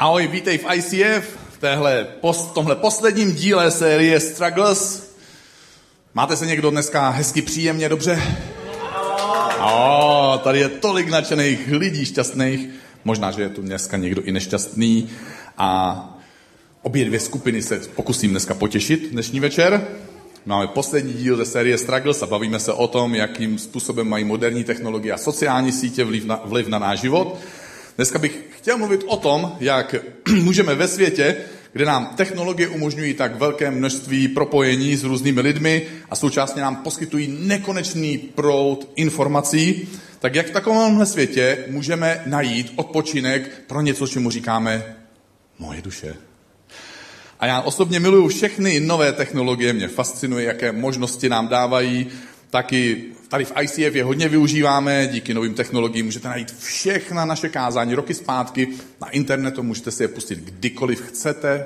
Ahoj, vítej v ICF, v tomhle posledním díle série Struggles. Máte se někdo dneska hezky, příjemně, dobře? Tady je tolik nadšených lidí šťastných. Možná, že je tu dneska někdo i nešťastný. A obě dvě skupiny se pokusím dneska potěšit dnešní večer. Máme poslední díl ze série Struggles a bavíme se o tom, jakým způsobem mají moderní technologie a sociální sítě vliv na náš život. Dneska bych chtěl mluvit o tom, jak můžeme ve světě, kde nám technologie umožňují tak velké množství propojení s různými lidmi a současně nám poskytují nekonečný proud informací, tak jak v takovémhle světě můžeme najít odpočinek pro něco, čemu říkáme moje duše. A já osobně miluju všechny nové technologie, mě fascinuje, jaké možnosti nám dávají. Taky tady v ICF je hodně využíváme, díky novým technologiím můžete najít všechna naše kázání roky zpátky na internetu, můžete si je pustit kdykoliv chcete,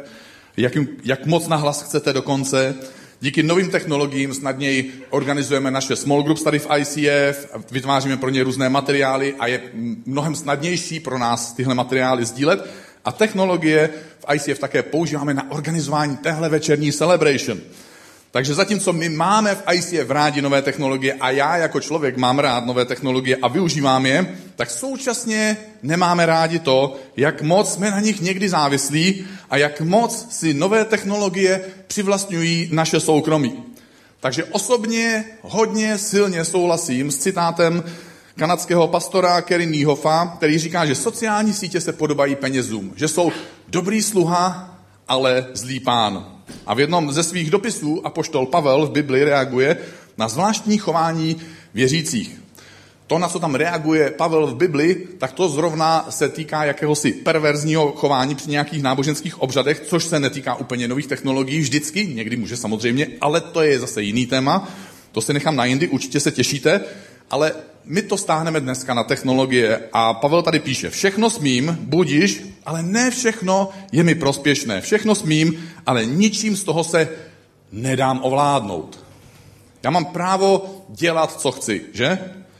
jak moc nahlas chcete dokonce. Díky novým technologiím snadněji organizujeme naše small groups tady v ICF, vytváříme pro ně různé materiály a je mnohem snadnější pro nás tyhle materiály sdílet. A technologie v ICF také používáme na organizování téhle večerní celebration. Takže zatímco my máme v ICF rádi nové technologie a já jako člověk mám rád nové technologie a využívám je, tak současně nemáme rádi to, jak moc jsme na nich někdy závislí a jak moc si nové technologie přivlastňují naše soukromí. Takže osobně hodně silně souhlasím s citátem kanadského pastora Kerry Niehoffa, který říká, že sociální sítě se podobají penězům, že jsou dobrý sluha, ale zlý pán. A v jednom ze svých dopisů apoštol Pavel v Bibli reaguje na zvláštní chování věřících. To, na co tam reaguje Pavel v Bibli, tak to zrovna se týká jakéhosi perverzního chování při nějakých náboženských obřadech, což se netýká úplně nových technologií vždycky, někdy může samozřejmě, ale to je zase jiný téma. To si nechám na jindy, určitě se těšíte, ale my to stáhneme dneska na technologie a Pavel tady píše, všechno smím, budiš, ale ne všechno je mi prospěšné. Všechno smím, ale ničím z toho se nedám ovládnout. Já mám právo dělat, co chci, že?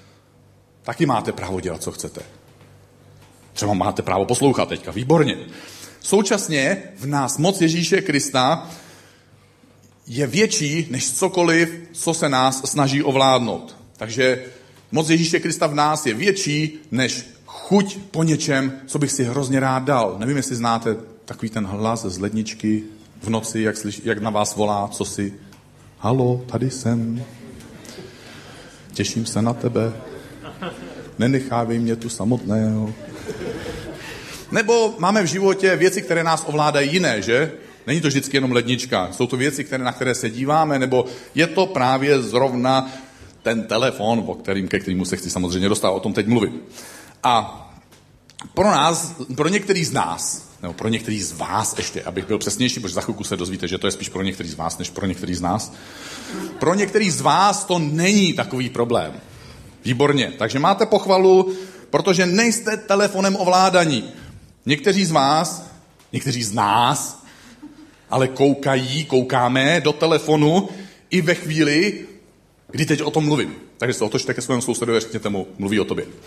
Taky máte právo dělat, co chcete. Třeba máte právo poslouchat teďka, výborně. Současně v nás moc Ježíše Krista je větší než cokoliv, co se nás snaží ovládnout. Takže moc Ježíše Krista v nás je větší než chuť po něčem, co bych si hrozně rád dal. Nevím, jestli znáte takový ten hlas z ledničky v noci, jak na vás volá, co si. Halo, tady jsem. Těším se na tebe. Nenechávej mě tu samotného. Nebo máme v životě věci, které nás ovládají jiné, že? Není to vždycky jenom lednička. Jsou to věci, na které se díváme, nebo je to právě zrovna ten telefon, ke kterému se chci samozřejmě dostat, o tom teď mluvím. A pro některý z nás, nebo pro některý z vás ještě, abych byl přesnější, protože za chvilku se dozvíte, že to je spíš pro některý z vás, než pro některý z nás. Pro některý z vás to není takový problém. Výborně. Takže máte pochvalu, protože nejste telefonem ovládaní. Někteří z vás, někteří z nás, ale koukáme do telefonu i ve chvíli, kdy teď o tom mluvím. Takže se otočte ke svému sousedovi a řekněte mu, mluví o tobě.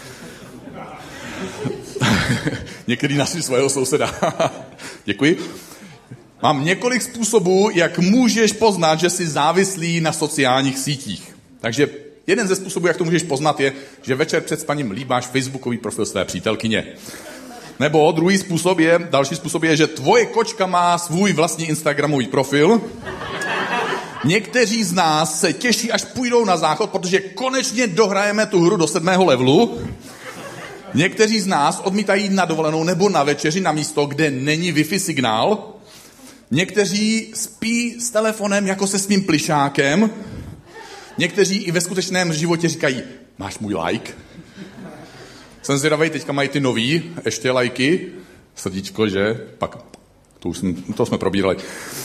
Některý našli svého souseda. Děkuji. Mám několik způsobů, jak můžeš poznat, že jsi závislý na sociálních sítích. Takže jeden ze způsobů, jak to můžeš poznat, je, že večer před spaním líbáš facebookový profil své přítelkyně. Nebo další způsob je, že tvoje kočka má svůj vlastní instagramový profil. Někteří z nás se těší, až půjdou na záchod, protože konečně dohrajeme tu hru do 7. levelu. Někteří z nás odmítají jít na dovolenou nebo na večeři na místo, kde není Wi-Fi signál. Někteří spí s telefonem jako se svým plišákem. Někteří i ve skutečném životě říkají, máš můj like? Jsem zvědavej, teďka mají ty nový, ještě lajky. Srdíčko, že? Pak, to jsme probírali.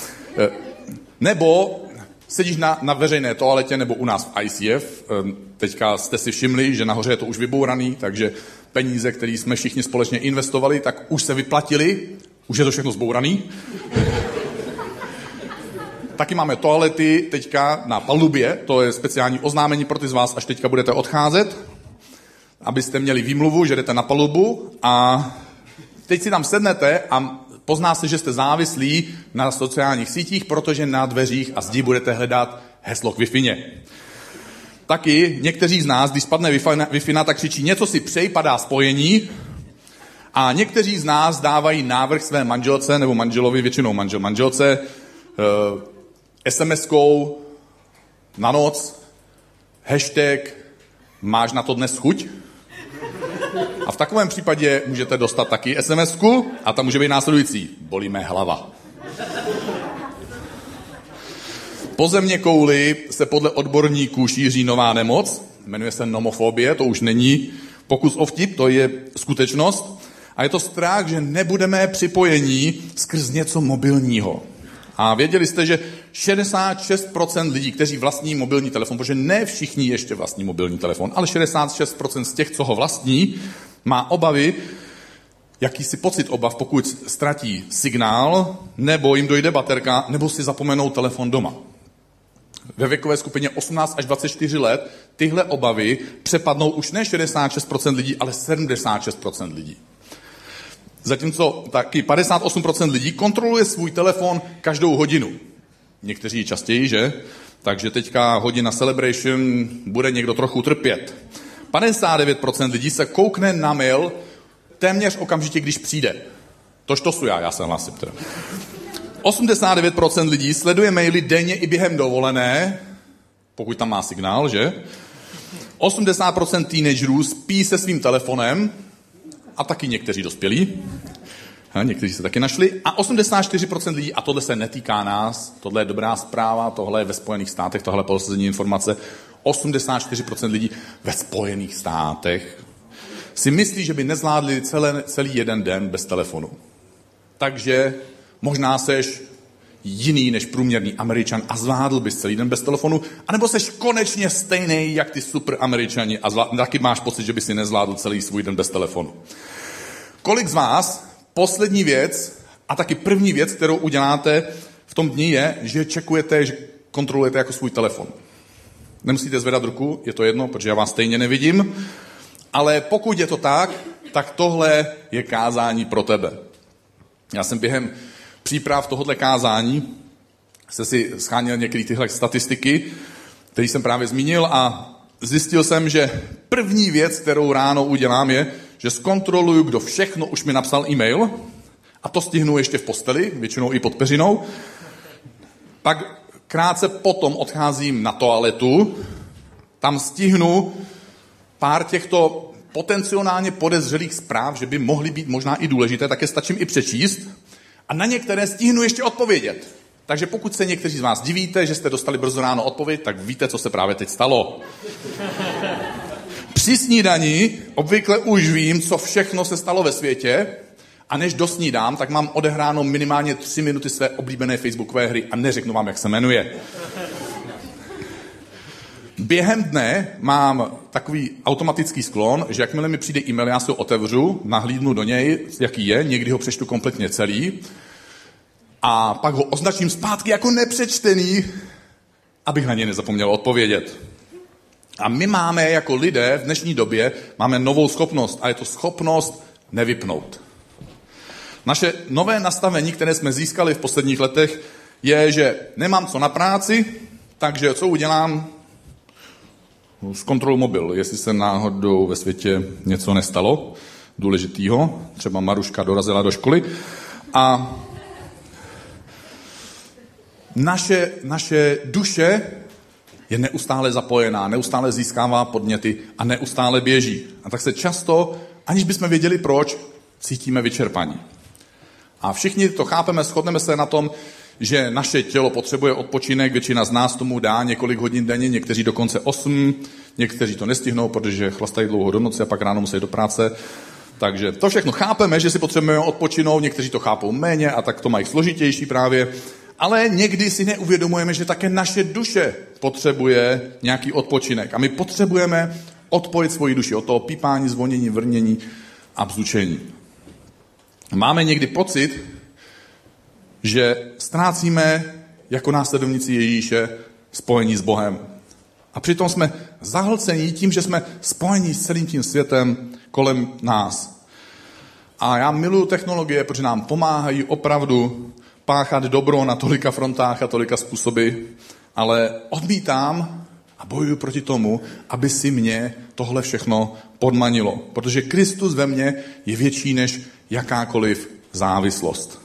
Nebo sedíš na veřejné toaletě nebo u nás v ICF. Teďka jste si všimli, že nahoře je to už vybouraný, takže peníze, které jsme všichni společně investovali, tak už se vyplatili, už je to všechno zbouraný. Taky máme toalety teďka na palubě, to je speciální oznámení pro ty z vás, až teďka budete odcházet, abyste měli výmluvu, že jdete na palubu a Teď si tam sednete a pozná se, že jste závislí na sociálních sítích, protože na dveřích a zdi budete hledat heslo k Wi-Fi. Taky někteří z nás, když spadne Wi-Fi, tak křičí něco si přeji, padá spojení. A někteří z nás dávají návrh své manželce nebo manželovi, většinou manželce, SMS-kou na noc, hashtag máš na to dnes chuť? A v takovém případě můžete dostat taky SMS-ku a tam může být následující. Bolí mé hlava. Po zeměkouli se podle odborníků šíří nová nemoc, jmenuje se nomofobie, to už není pokus o vtip, to je skutečnost. A je to strach, že nebudeme připojení skrz něco mobilního. A věděli jste, že 66% lidí, kteří vlastní mobilní telefon, protože ne všichni ještě vlastní mobilní telefon, ale 66% z těch, co ho vlastní, má obavy, jakýsi pocit obav, pokud ztratí signál, nebo jim dojde baterka, nebo si zapomenou telefon doma. Ve věkové skupině 18 až 24 let tyhle obavy přepadnou už ne 66% lidí, ale 76% lidí. Zatímco taky 58% lidí kontroluje svůj telefon každou hodinu. Někteří častěji, že? Takže teďka hodina celebration bude někdo trochu trpět. 59% lidí se koukne na mail téměř okamžitě, když přijde. Tož to jsou já se hlásím teda. 89% lidí sleduje maily denně i během dovolené, pokud tam má signál, že? 80% teenagerů spí se svým telefonem, a taky někteří dospělí, někteří se taky našli, a 84% lidí, a tohle se netýká nás, tohle je dobrá zpráva, tohle je ve Spojených státech, tohle poslední informace, 84% lidí ve Spojených státech si myslí, že by nezvládli celý jeden den bez telefonu. Takže možná seš jiný než průměrný Američan a zvládl bys celý den bez telefonu, anebo seš konečně stejný jak ty super Američani a taky máš pocit, že by si nezvládl celý svůj den bez telefonu. Kolik z vás poslední věc a taky první věc, kterou uděláte v tom dni je, že čekujete, že kontrolujete jako svůj telefon. Nemusíte zvedat ruku, je to jedno, protože já vás stejně nevidím, ale pokud je to tak tohle je kázání pro tebe. Já jsem během příprav tohohle kázání se si scháněl některé tyhle statistiky, které jsem právě zmínil a zjistil jsem, že první věc, kterou ráno udělám, je, že zkontroluju, kdo všechno už mi napsal e-mail a to stihnu ještě v posteli, většinou i pod peřinou. Pak krátce potom odcházím na toaletu, tam stihnu pár těchto potenciálně podezřelých zpráv, že by mohly být možná i důležité, tak je stačím i přečíst a na některé stihnu ještě odpovědět. Takže pokud se někteří z vás divíte, že jste dostali brzo ráno odpověď, tak víte, co se právě teď stalo. Při snídani obvykle už vím, co všechno se stalo ve světě a než dosnídám, tak mám odehráno minimálně 3 minuty své oblíbené facebookové hry a neřeknu vám, jak se jmenuje. Během dne mám takový automatický sklon, že jakmile mi přijde e-mail, já si ho otevřu, nahlídnu do něj, jaký je, někdy ho přečtu kompletně celý a pak ho označím zpátky jako nepřečtený, abych na něj nezapomněl odpovědět. A my máme jako lidé v dnešní době máme novou schopnost a je to schopnost nevypnout. Naše nové nastavení, které jsme získali v posledních letech, je, že nemám co na práci, takže co udělám? Zkontroluji mobil, jestli se náhodou ve světě něco nestalo důležitýho, třeba Maruška dorazila do školy a naše duše je neustále zapojená, neustále získává podněty a neustále běží. A tak se často, aniž bychom věděli proč, cítíme vyčerpaní. A všichni to chápeme, shodneme se na tom, že naše tělo potřebuje odpočinek, většina z nás tomu dá několik hodin denně, někteří dokonce 8, někteří to nestihnou, protože chlastají dlouho do noci a pak ráno musí do práce. Takže to všechno chápeme, že si potřebujeme odpočinout, někteří to chápou méně a tak to mají složitější právě. Ale někdy si neuvědomujeme, že také naše duše potřebuje nějaký odpočinek. A my potřebujeme odpojit svoji duši od toho pípání, zvonění, vrnění a bzučení. Máme někdy pocit, že ztrácíme jako následovníci Ježíše spojení s Bohem. A přitom jsme zahlceni tím, že jsme spojeni s celým tím světem kolem nás. A já miluju technologie, protože nám pomáhají opravdu páchat dobro na tolika frontách a tolika způsoby, ale odmítám a bojuju proti tomu, aby si mě tohle všechno podmanilo. Protože Kristus ve mně je větší než jakákoliv závislost.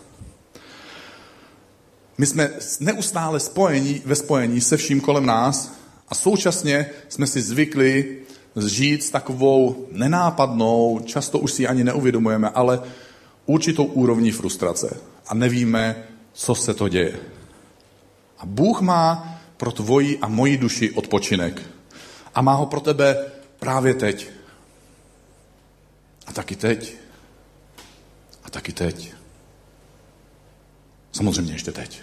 My jsme neustále ve spojení se vším kolem nás a současně jsme si zvykli žít s takovou nenápadnou, často už si ji ani neuvědomujeme, ale určitou úrovní frustrace. A nevíme, co se to děje. A Bůh má pro tvoji a moji duši odpočinek. A má ho pro tebe právě teď. A taky teď. A taky teď. Samozřejmě ještě teď.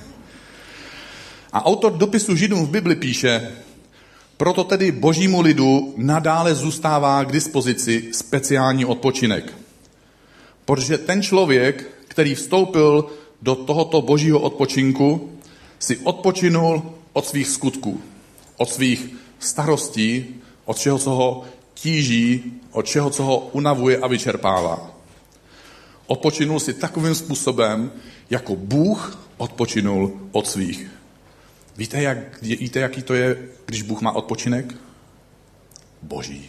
A autor dopisu Židům v Bibli píše, proto tedy božímu lidu nadále zůstává k dispozici speciální odpočinek. Protože ten člověk, který vstoupil do tohoto božího odpočinku, si odpočinul od svých skutků, od svých starostí, od všeho, co ho tíží, od všeho, co ho unavuje a vyčerpává. Odpočinul si takovým způsobem, jako Bůh odpočinul od svých. Víte, jaký to je, když Bůh má odpočinek? Boží.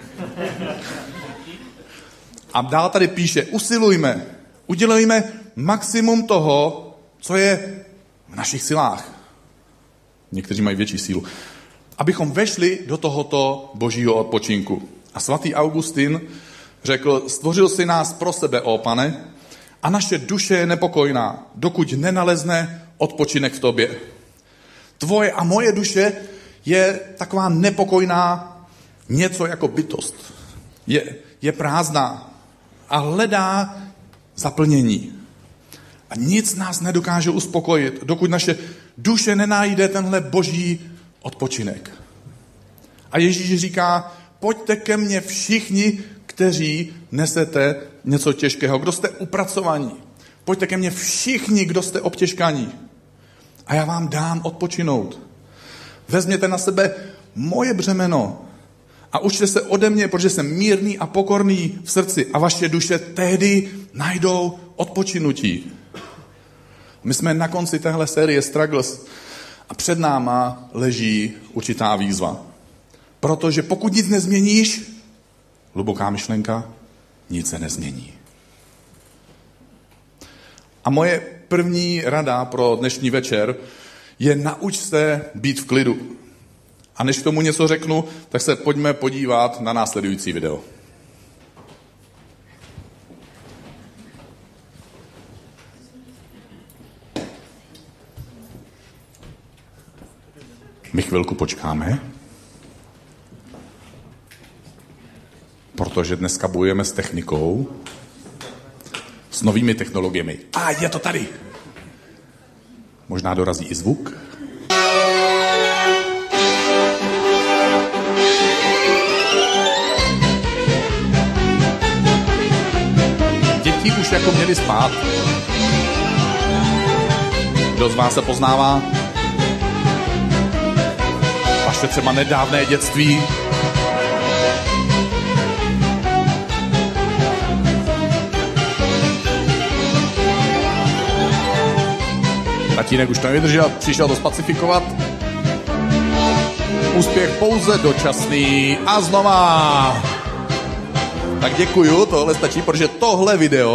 A dál tady píše, usilujme, udělejme maximum toho, co je v našich silách. Někteří mají větší sílu. Abychom vešli do tohoto božího odpočinku. A svatý Augustin řekl, stvořil si nás pro sebe, ó Pane, a naše duše je nepokojná, dokud nenalezne odpočinek v tobě. Tvoje a moje duše je taková nepokojná něco jako bytost. Je prázdná a hledá zaplnění. A nic nás nedokáže uspokojit, dokud naše duše nenajde tenhle boží odpočinek. A Ježíš říká, pojďte ke mně všichni, kteří nesete něco těžkého, kdo jste upracovaní. Pojďte ke mně všichni, kdo jste obtěžkaní. A já vám dám odpočinout. Vezměte na sebe moje břemeno a učte se ode mě, protože jsem mírný a pokorný v srdci a vaše duše tehdy najdou odpočinutí. My jsme na konci téhle série Struggles a před náma leží určitá výzva. Protože pokud nic nezměníš, hluboká myšlenka, nic se nezmění. A moje první rada pro dnešní večer je nauč se být v klidu. A než k tomu něco řeknu, tak se pojďme podívat na následující video. My chvilku počkáme, protože dneska bojujeme s technikou, s novými technologiemi. A je to tady. Možná dorazí i zvuk. Děti už jako měli spát. Kdo z vás se poznává? Vaše třeba nedávné dětství. Tatínek už to nevydržel, přišel to spacifikovat. Úspěch pouze dočasný a znova. Tak děkuju, tohle stačí, protože tohle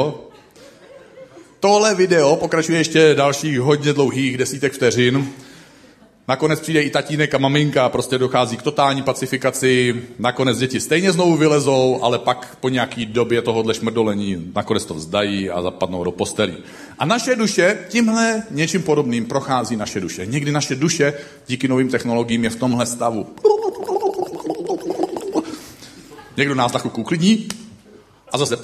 video pokračuje ještě dalších hodně dlouhých desítek vteřin. Nakonec přijde i tatínek a maminka, prostě dochází k totální pacifikaci, nakonec děti stejně znovu vylezou, ale pak po nějaký době tohohle šmrdolení nakonec to vzdají a zapadnou do postelí. A naše duše, tímhle něčím podobným prochází naše duše. Někdy naše duše díky novým technologiím je v tomhle stavu. Někdo nás takovou uklidní a zase.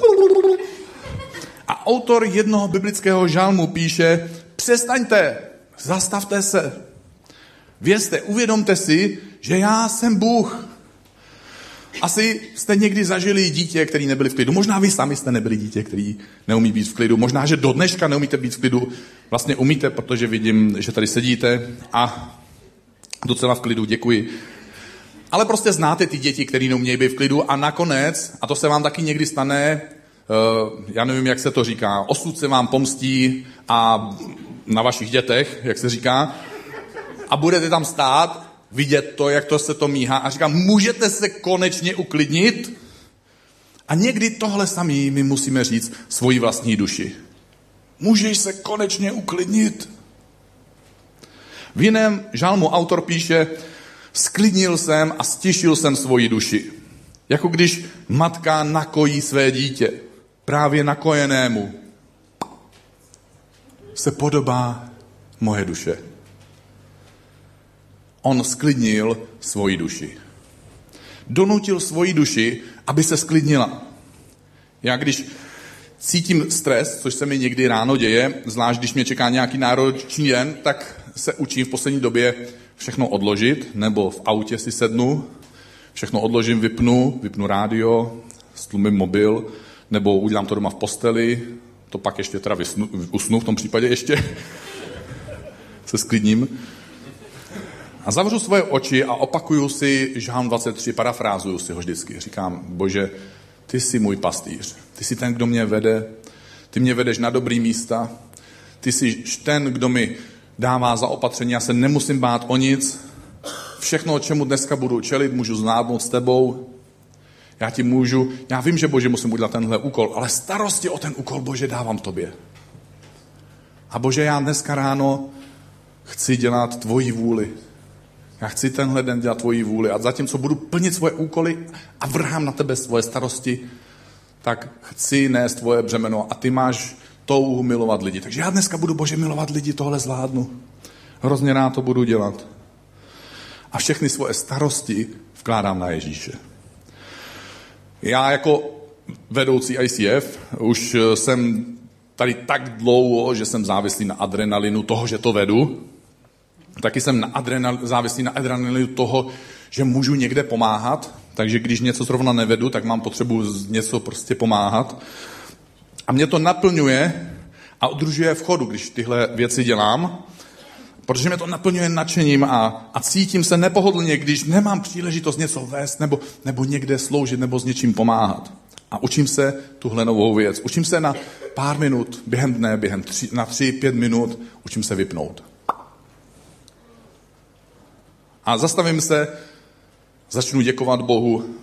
A autor jednoho biblického žalmu píše, přestaňte, zastavte se. Vězte, uvědomte si, že já jsem Bůh. Asi jste někdy zažili dítě, který nebyli v klidu. Možná vy sami jste nebyli dítě, který neumí být v klidu. Možná, že do dneška neumíte být v klidu. Vlastně umíte, protože vidím, že tady sedíte a docela v klidu, děkuji. Ale prostě znáte ty děti, které neumějí být v klidu a nakonec, a to se vám taky někdy stane, já nevím, jak se to říká, osud se vám pomstí a na vašich dětech, jak se říká, a budete tam stát, vidět to, jak to se to míhá a říká, můžete se konečně uklidnit? A někdy tohle samý my musíme říct svoji vlastní duši. Můžeš se konečně uklidnit? V jiném žalmu autor píše, sklidnil jsem a stišil jsem svoji duši. Jako když matka nakojí své dítě, právě nakojenému. Se podobá moje duše. On sklidnil svoji duši. Donutil svoji duši, aby se sklidnila. Já když cítím stres, což se mi někdy ráno děje, zvlášť když mě čeká nějaký náročný den, tak se učím v poslední době všechno odložit, nebo v autě si sednu, všechno odložím, vypnu rádio, stlumím mobil, nebo udělám to doma v posteli, to pak ještě teda usnu, v tom případě ještě se sklidním. A zavřu svoje oči a opakuju si Žálm 23, parafrázuju si ho vždycky. Říkám, Bože, ty jsi můj pastýř, ty jsi ten, kdo mě vede, ty mě vedeš na dobrý místa, ty jsi ten, kdo mi dává zaopatření, já se nemusím bát o nic, všechno, o čemu dneska budu čelit, můžu zvládnout s tebou, já vím, že Bože, musím udělat tenhle úkol, ale starosti o ten úkol, Bože, dávám tobě. A Bože, já dneska ráno chci dělat tvoji vůli. Já chci tenhle den dělat tvoji vůli a zatímco budu plnit svoje úkoly a vrhám na tebe svoje starosti, tak chci nést tvoje břemeno a ty máš touhu milovat lidi. Takže já dneska budu, Bože, milovat lidi, tohle zvládnu. Hrozně rád to budu dělat. A všechny svoje starosti vkládám na Ježíše. Já jako vedoucí ICF už jsem tady tak dlouho, že jsem závislý na adrenalinu toho, že to vedu. Taky jsem závislý na adrenalinu toho, že můžu někde pomáhat, takže když něco zrovna nevedu, tak mám potřebu něco prostě pomáhat. A mě to naplňuje a udržuje v chodu, když tyhle věci dělám, protože mě to naplňuje nadšením a cítím se nepohodlně, když nemám příležitost něco vést nebo někde sloužit nebo s něčím pomáhat. A učím se tuhle novou věc. Učím se na pár minut během dne, na 3-5 minut, učím se vypnout. A zastavím se, začnu děkovat Bohu.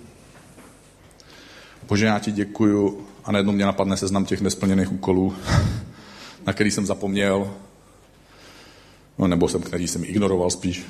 Bože, já ti děkuju. A najednou mě napadne seznam těch nesplněných úkolů, na který jsem zapomněl. No, nebo který jsem ignoroval spíš.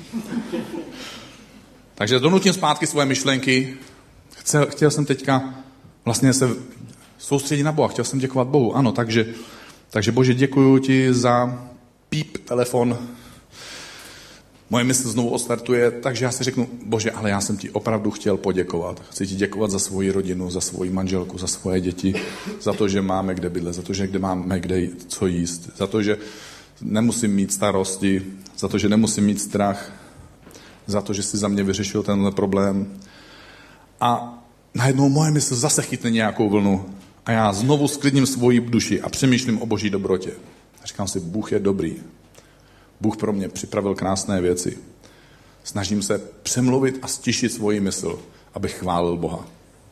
Takže donutím zpátky svoje myšlenky. Chtěl jsem teďka vlastně se soustředit na Boha. Chtěl jsem děkovat Bohu. Ano, takže Bože, děkuju ti za píp telefon. Moje mysl znovu odstartuje, takže já si řeknu, Bože, ale já jsem ti opravdu chtěl poděkovat. Chci ti děkovat za svoji rodinu, za svoji manželku, za svoje děti, za to, že máme kde bydlet, za to, že máme kde co jíst, za to, že nemusím mít starosti, za to, že nemusím mít strach, za to, že jsi za mě vyřešil tenhle problém. A najednou moje mysl zase chytne nějakou vlnu a já znovu sklidním svoji duši a přemýšlím o Boží dobrotě. A říkám si, Bůh je dobrý. Bůh pro mě připravil krásné věci. Snažím se přemluvit a stišit svoji mysl, abych chválil Boha.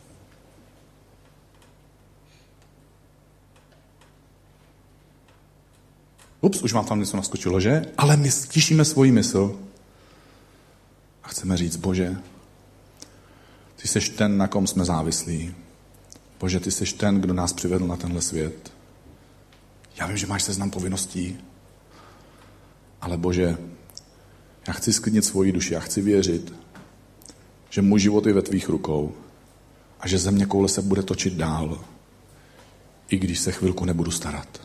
Už vám tam něco naskočilo, že? Ale my stišíme svoji mysl a chceme říct, Bože, ty seš ten, na kom jsme závislí. Bože, ty seš ten, kdo nás přivedl na tenhle svět. Já vím, že máš seznam povinností, ale Bože, já chci sklidnit svoji duši, já chci věřit, že můj život je ve tvých rukou a že země koule se bude točit dál, i když se chvilku nebudu starat.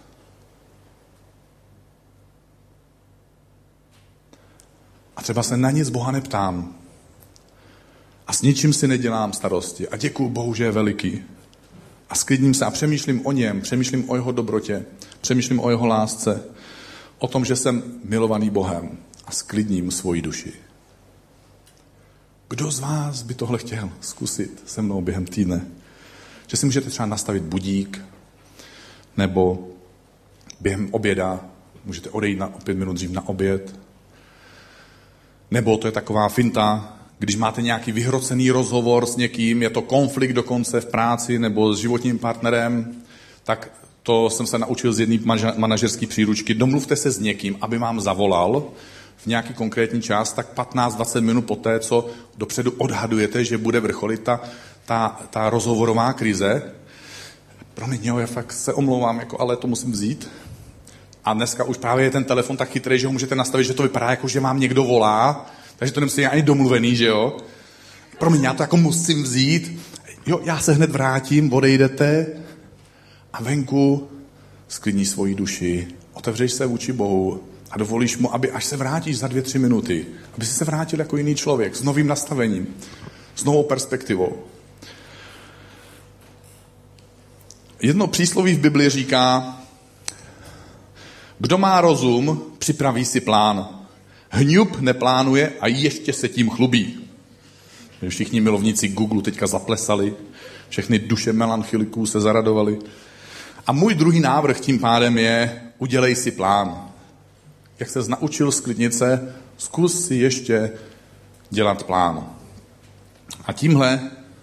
A třeba se na nic Boha neptám a s ničím si nedělám starosti a děkuju Bohu, že je veliký. A sklidním se a přemýšlím o něm, přemýšlím o jeho dobrotě, přemýšlím o jeho lásce, o tom, že jsem milovaný Bohem a sklidním svoji duši. Kdo z vás by tohle chtěl zkusit se mnou během týdne? Že si můžete třeba nastavit budík, nebo během oběda můžete odejít na 5 minut dřív na oběd, nebo to je taková finta, když máte nějaký vyhrocený rozhovor s někým, je to konflikt dokonce v práci nebo s životním partnerem, tak to jsem se naučil z jedné manažerské příručky. Domluvte se s někým, aby vám zavolal v nějaký konkrétní čas, tak 15-20 minut poté, co dopředu odhadujete, že bude vrcholit ta rozhovorová krize. Promiň, já fakt se omlouvám, ale to musím vzít. A dneska už právě je ten telefon tak chytrý, že ho můžete nastavit, že to vypadá jako, že vám někdo volá, takže to nemusíte ani domluvený, že jo. Promiň, já to jako musím vzít. Jo, já se hned vrátím, odejdete a venku sklidníš svoji duši, otevřeš se vůči Bohu a dovolíš mu, aby až se vrátíš za 2-3 minuty, aby si se vrátil jako jiný člověk, s novým nastavením, s novou perspektivou. Jedno přísloví v Biblii říká, kdo má rozum, připraví si plán. Hňub neplánuje a ještě se tím chlubí. Všichni milovníci Google teďka zaplesali, všechny duše melancholiků se zaradovali. A můj druhý návrh tím pádem je, udělej si plán. Jak ses naučil sklidnit se, zkus si ještě dělat plán. A tímhle,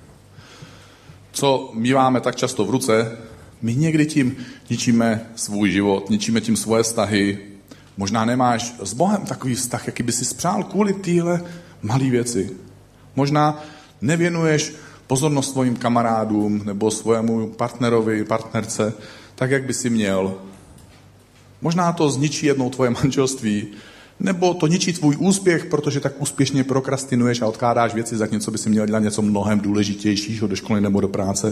co míváme tak často v ruce, my někdy tím ničíme svůj život, ničíme tím svoje vztahy. Možná nemáš s Bohem takový vztah, jaký by si spřál kvůli téhle malé věci. Možná nevěnuješ pozornost svým kamarádům nebo svému partnerovi, partnerce, tak, jak by si měl. Možná to zničí jednou tvoje manželství, nebo to ničí tvůj úspěch, protože tak úspěšně prokrastinuješ a odkládáš věci za něco, by si měl dělat něco mnohem důležitějšího do školy nebo do práce.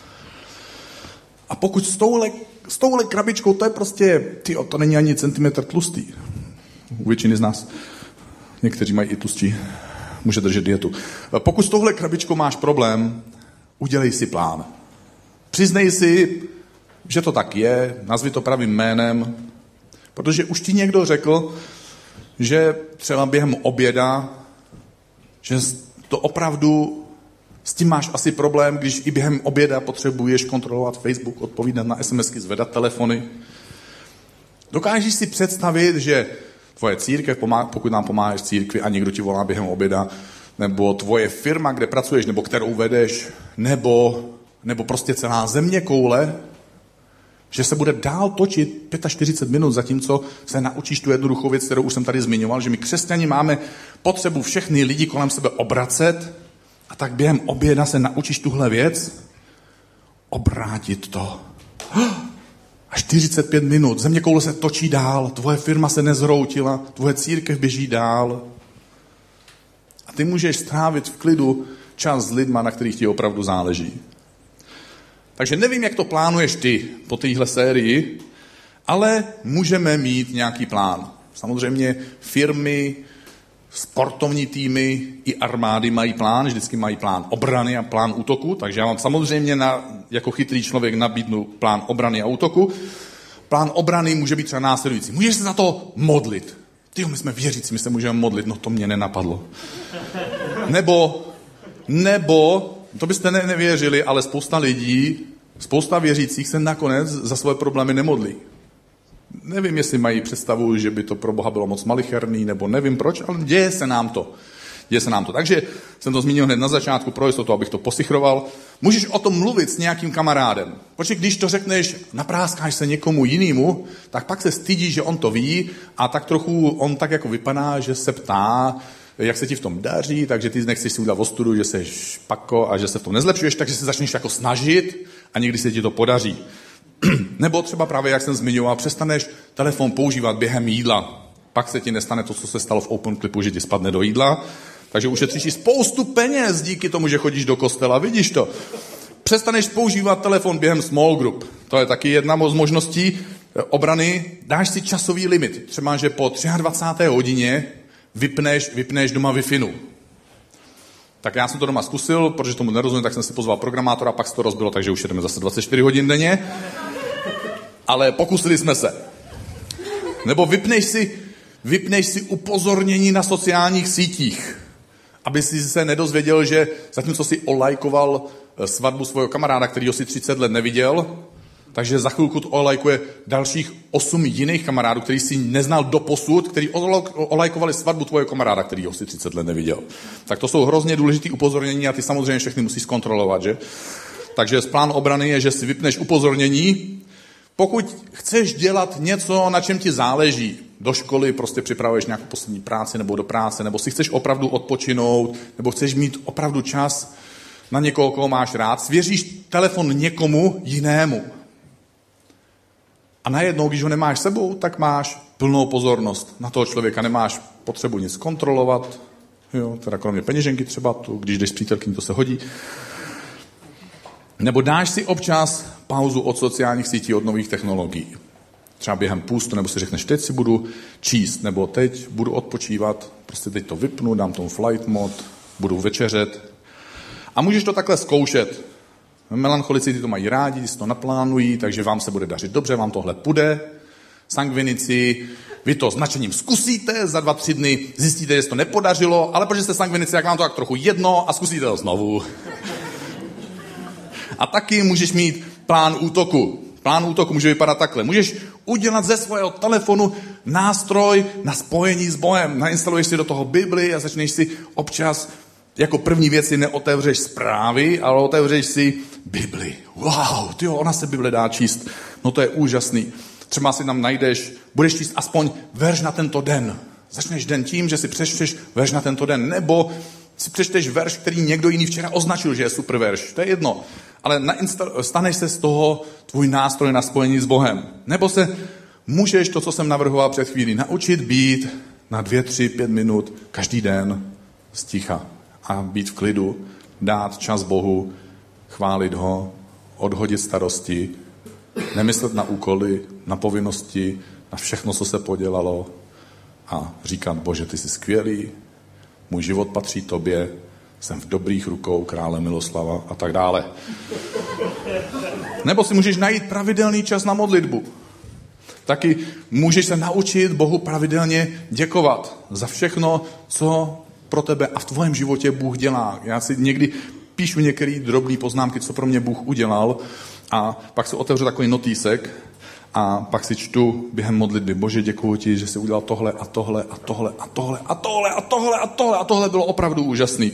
A pokud s touhle krabičkou, to je prostě, to není ani centimetr tlustý. U většiny z nás. Někteří mají i tlustší. Může držet dietu. Pokud s touhle krabičkou máš problém, udělej si plán. Přiznej si, že to tak je, nazvi to pravým jménem, protože už ti někdo řekl, že třeba během oběda, že to opravdu s tím máš asi problém, když i během oběda potřebuješ kontrolovat Facebook, odpovídat na SMSky, zvedat telefony. Dokážeš si představit, že tvoje církev, pokud nám pomáháš církvi a někdo ti volá během oběda, nebo tvoje firma, kde pracuješ, nebo kterou vedeš, nebo prostě celá zeměkoule, že se bude dál točit 45 minut, zatímco se naučíš tu jednoduchou věc, kterou už jsem tady zmiňoval, že my křesťani máme potřebu všechny lidi kolem sebe obracet a tak během oběda se naučíš tuhle věc obrátit to. A 45 minut, zeměkoule se točí dál, tvoje firma se nezhroutila, tvoje církev běží dál. A ty můžeš strávit v klidu čas s lidma, na kterých ti opravdu záleží. Takže nevím, jak to plánuješ ty po téhle sérii, ale můžeme mít nějaký plán. Samozřejmě firmy, sportovní týmy i armády mají plán, vždycky mají plán obrany a plán útoku, takže já vám samozřejmě jako chytrý člověk nabídnu plán obrany a útoku. Plán obrany může být třeba následující. Můžeš se za to modlit. My jsme věřící, my se můžeme modlit. No to mě nenapadlo. Nebo to byste nevěřili, ale spousta lidí, spousta věřících se nakonec za svoje problémy nemodlí. Nevím, jestli mají představu, že by to pro Boha bylo moc malicherný, nebo nevím proč, ale děje se nám to. Takže jsem to zmínil hned na začátku, pro jistotu, abych to posichroval. Můžeš o tom mluvit s nějakým kamarádem. Protože když to řekneš, napráskáš se někomu jinému, tak pak se stydíš, že on to ví a tak trochu on tak jako vypadá, že se ptá, jak se ti v tom daří, takže ty nechceš si udělat ostudu, že jsi špako a že se v tom nezlepšuješ, takže se začneš jako snažit a někdy se ti to podaří. Nebo třeba právě, jak jsem zmiňoval, přestaneš telefon používat během jídla. Pak se ti nestane to, co se stalo v Open Clipu, že ti spadne do jídla. Takže ušetříš si spoustu peněz díky tomu, že chodíš do kostela. Vidíš to? Přestaneš používat telefon během small group. To je taky jedna z možností obrany. Dáš si časový limit. Třeba, že po 23. hodině vypneš doma Wi-Fi. Tak já jsem to doma zkusil, protože tomu nerozumím, tak jsem si pozval programátora, pak se to rozbilo, takže už jedeme zase 24 hodin denně. Ale pokusili jsme se. Nebo vypneš si upozornění na sociálních sítích, aby si se nedozvěděl, že zatímco si olajkoval svatbu svého kamaráda, kterýho si 30 let neviděl, takže za chvilku to olajkuje dalších 8 jiných kamarádů, který si neznal doposud, který olajkovali svatbu tvojho kamaráda, kterýho si 30 let neviděl. Tak to jsou hrozně důležitý upozornění a ty samozřejmě všechny musíš zkontrolovat, že? Takže plán obrany je, že si vypneš upozornění. Pokud chceš dělat něco, na čem ti záleží, do školy prostě připravuješ nějakou poslední práci nebo do práce, nebo si chceš opravdu odpočinout, nebo chceš mít opravdu čas na někoho, koho máš rád, svěříš telefon někomu jinému. A najednou, když ho nemáš sebou, tak máš plnou pozornost na toho člověka. Nemáš potřebu nic kontrolovat, jo, teda kromě peněženky třeba, když jdeš s přítelkyní, to se hodí. Nebo dáš si občas pauzu od sociálních sítí, od nových technologií. Třeba během půstu, nebo si řekneš, teď si budu číst, nebo teď budu odpočívat, prostě teď to vypnu, dám tomu flight mode, budu večeřet. A můžeš to takhle zkoušet. Melancholici ty to mají rádi, ty si to naplánují, takže vám se bude dařit dobře, vám tohle půjde. Sangvinici, vy to s nadšením zkusíte, za 2-3 dny zjistíte, že se to nepodařilo, ale protože jste sangvinici, jak vám to tak trochu jedno a zkusíte to znovu. A taky můžeš mít plán útoku. Plán útoku může vypadat takhle. Můžeš udělat ze svého telefonu nástroj na spojení s Bohem. Nainstaluješ si do toho Bibli a začneš si občas jako první věc si neotevřeš zprávy, ale otevřeš si Bibli. Wow, tyjo, ona se Bible dá číst. No to je úžasný. Třeba si tam najdeš, budeš číst aspoň verš na tento den. Začneš den tím, že si přečteš verš na tento den. Nebo si přečteš verš, který někdo jiný včera označil, že je super verš. To je jedno. Ale staneš se z toho tvůj nástroj na spojení s Bohem. Nebo se můžeš to, co jsem navrhoval před chvílí, naučit být na 2, 3, 5 minut každý den sticha a být v klidu, dát čas Bohu, chválit ho, odhodit starosti, nemyslet na úkoly, na povinnosti, na všechno, co se podělalo a říkat, Bože, ty jsi skvělý, můj život patří tobě, jsem v dobrých rukou krále Miloslava a tak dále. Nebo si můžeš najít pravidelný čas na modlitbu. Taky můžeš se naučit Bohu pravidelně děkovat za všechno, co pro tebe a v tvém životě Bůh dělá. Já si někdy píšu některé drobné poznámky, co pro mě Bůh udělal a pak si otevřu takový notýsek a pak si čtu během modlitby. Bože, děkuji ti, že jsi udělal tohle a tohle a tohle a tohle a tohle a tohle a tohle a tohle bylo opravdu úžasný.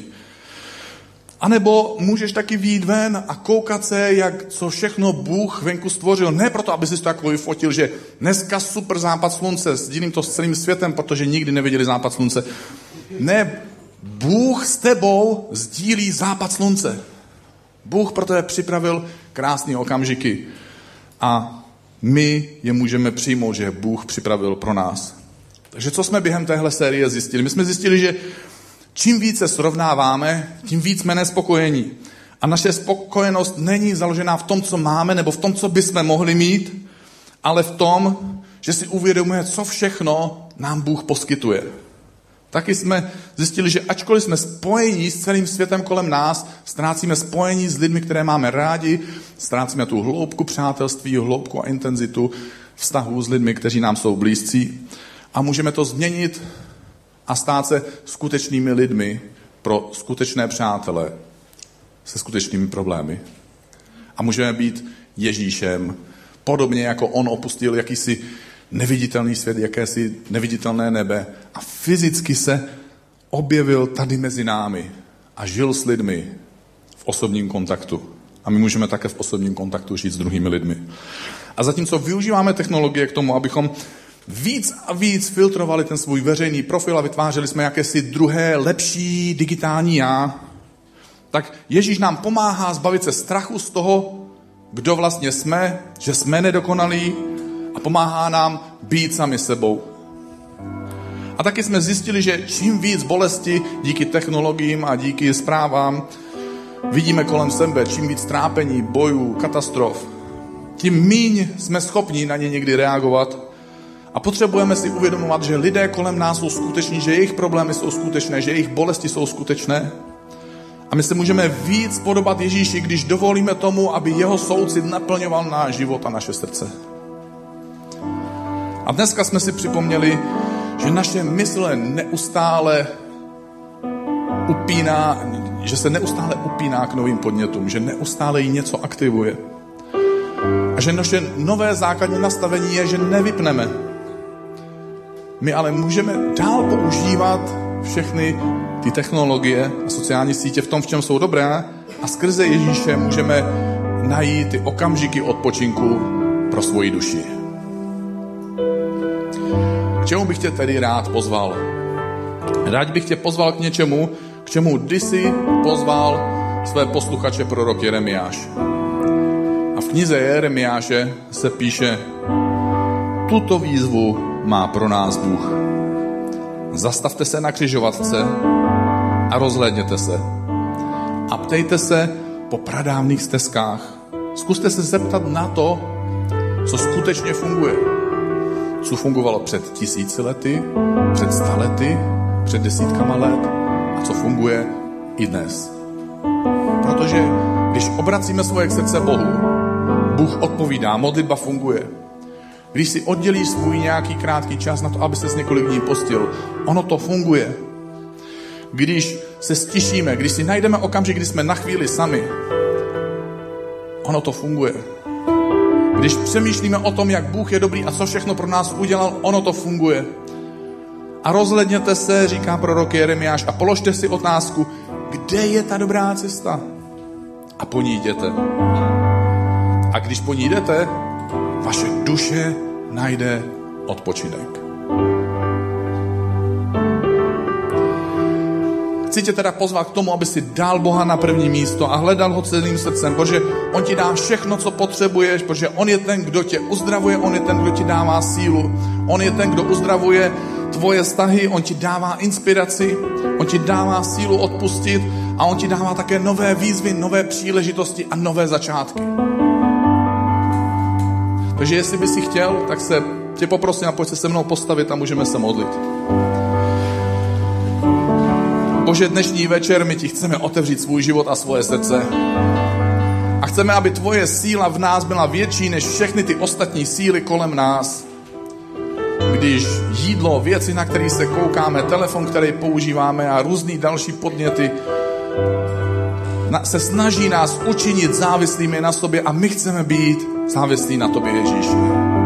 A nebo můžeš taky vyjít ven a koukat se, jak co všechno Bůh venku stvořil. Ne proto, aby si to jako vyfotil, že dneska super západ slunce, sdílím to s celým světem, protože nikdy neviděli západ slunce. Ne, Bůh s tebou sdílí západ slunce. Bůh pro tebe připravil krásné okamžiky. A my je můžeme přijmout, že Bůh připravil pro nás. Takže co jsme během téhle série zjistili? My jsme zjistili, že čím více srovnáváme, tím víc jsme nespokojení. A naše spokojenost není založená v tom, co máme, nebo v tom, co bychom mohli mít, ale v tom, že si uvědomujeme, co všechno nám Bůh poskytuje. Taky jsme zjistili, že ačkoliv jsme spojení s celým světem kolem nás, ztrácíme spojení s lidmi, které máme rádi, ztrácíme tu hloubku přátelství, hloubku a intenzitu vztahů s lidmi, kteří nám jsou blízcí. A můžeme to změnit a stát se skutečnými lidmi pro skutečné přátele se skutečnými problémy. A můžeme být Ježíšem, podobně jako on opustil jakýsi neviditelný svět, jakési neviditelné nebe a fyzicky se objevil tady mezi námi a žil s lidmi v osobním kontaktu. A my můžeme také v osobním kontaktu žít s druhými lidmi. A zatímco využíváme technologie k tomu, abychom víc a víc filtrovali ten svůj veřejný profil a vytvářeli jsme jakési druhé, lepší digitální já, tak Ježíš nám pomáhá zbavit se strachu z toho, kdo vlastně jsme, že jsme nedokonalí a pomáhá nám být sami sebou. A taky jsme zjistili, že čím víc bolesti díky technologiím a díky zprávám vidíme kolem sebe, čím víc trápení, bojů, katastrof, tím míň jsme schopni na ně někdy reagovat a potřebujeme si uvědomovat, že lidé kolem nás jsou skuteční, že jejich problémy jsou skutečné, že jejich bolesti jsou skutečné. A my se můžeme víc podobat Ježíši, když dovolíme tomu, aby jeho soucit naplňoval náš život a naše srdce. A dneska jsme si připomněli, že naše mysl neustále upíná k novým podnětům, že neustále jí něco aktivuje. A že naše nové základní nastavení je, že nevypneme. My ale můžeme dál používat všechny ty technologie a sociální sítě v tom, v čem jsou dobré a skrze Ježíše můžeme najít ty okamžiky odpočinku pro svoji duši. K čemu bych tě tedy rád pozval? Rád bych tě pozval k něčemu, k čemu kdysi pozval své posluchače prorok Jeremiáš. A v knize Jeremiáše se píše: tuto výzvu má pro nás Bůh. Zastavte se na křižovatce a rozhlédněte se. A ptejte se po pradávných stezkách. Zkuste se zeptat na to, co skutečně funguje. Co fungovalo před 1000 lety, před 100 lety, před desítkama let a co funguje i dnes. Protože když obracíme svoje srdce Bohu, Bůh odpovídá, modlitba funguje. Když si oddělíš svůj nějaký krátký čas na to, aby ses několik dní postil, ono to funguje. Když se stišíme, když si najdeme okamžik, kdy jsme na chvíli sami, ono to funguje. Když přemýšlíme o tom, jak Bůh je dobrý a co všechno pro nás udělal, ono to funguje. A rozhlédněte se, říká prorok Jeremiáš, a položte si otázku, kde je ta dobrá cesta? A po ní jděte. A když po ní jdete, vaše duše najde odpočinek. Chci tě teda pozvat k tomu, aby si dal Boha na první místo a hledal ho celým srdcem, protože on ti dá všechno, co potřebuješ, protože on je ten, kdo tě uzdravuje, on je ten, kdo ti dává sílu, on je ten, kdo uzdravuje tvoje vztahy, on ti dává inspiraci, on ti dává sílu odpustit a on ti dává také nové výzvy, nové příležitosti a nové začátky. Takže jestli by si chtěl, tak se tě poprosím a pojď se mnou postavit a můžeme se modlit. Bože, dnešní večer my ti chceme otevřít svůj život a svoje srdce. A chceme, aby tvoje síla v nás byla větší než všechny ty ostatní síly kolem nás. Když jídlo, věci, na které se koukáme, telefon, který používáme a různý další podněty se snaží nás učinit závislými na sobě a my chceme být závislí na tobě, Ježíši.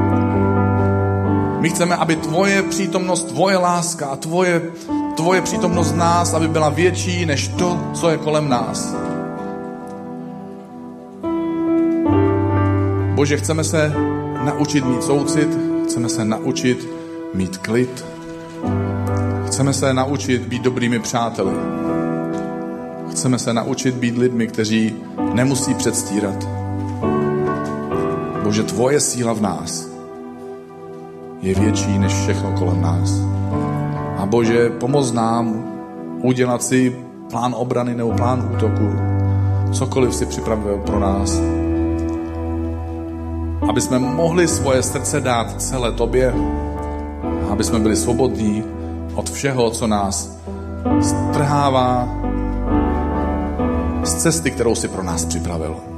My chceme, aby tvoje přítomnost, tvoje láska a tvoje přítomnost v nás, aby byla větší než to, co je kolem nás. Bože, chceme se naučit mít soucit, chceme se naučit mít klid, chceme se naučit být dobrými přáteli. Chceme se naučit být lidmi, kteří nemusí předstírat. Bože, tvoje síla v nás je větší než všechno kolem nás. A Bože, pomoz nám udělat si plán obrany nebo plán útoku. Cokoliv si připravil pro nás. Aby jsme mohli svoje srdce dát celé tobě. A aby jsme byli svobodní od všeho, co nás strhává z cesty, kterou si pro nás připravil.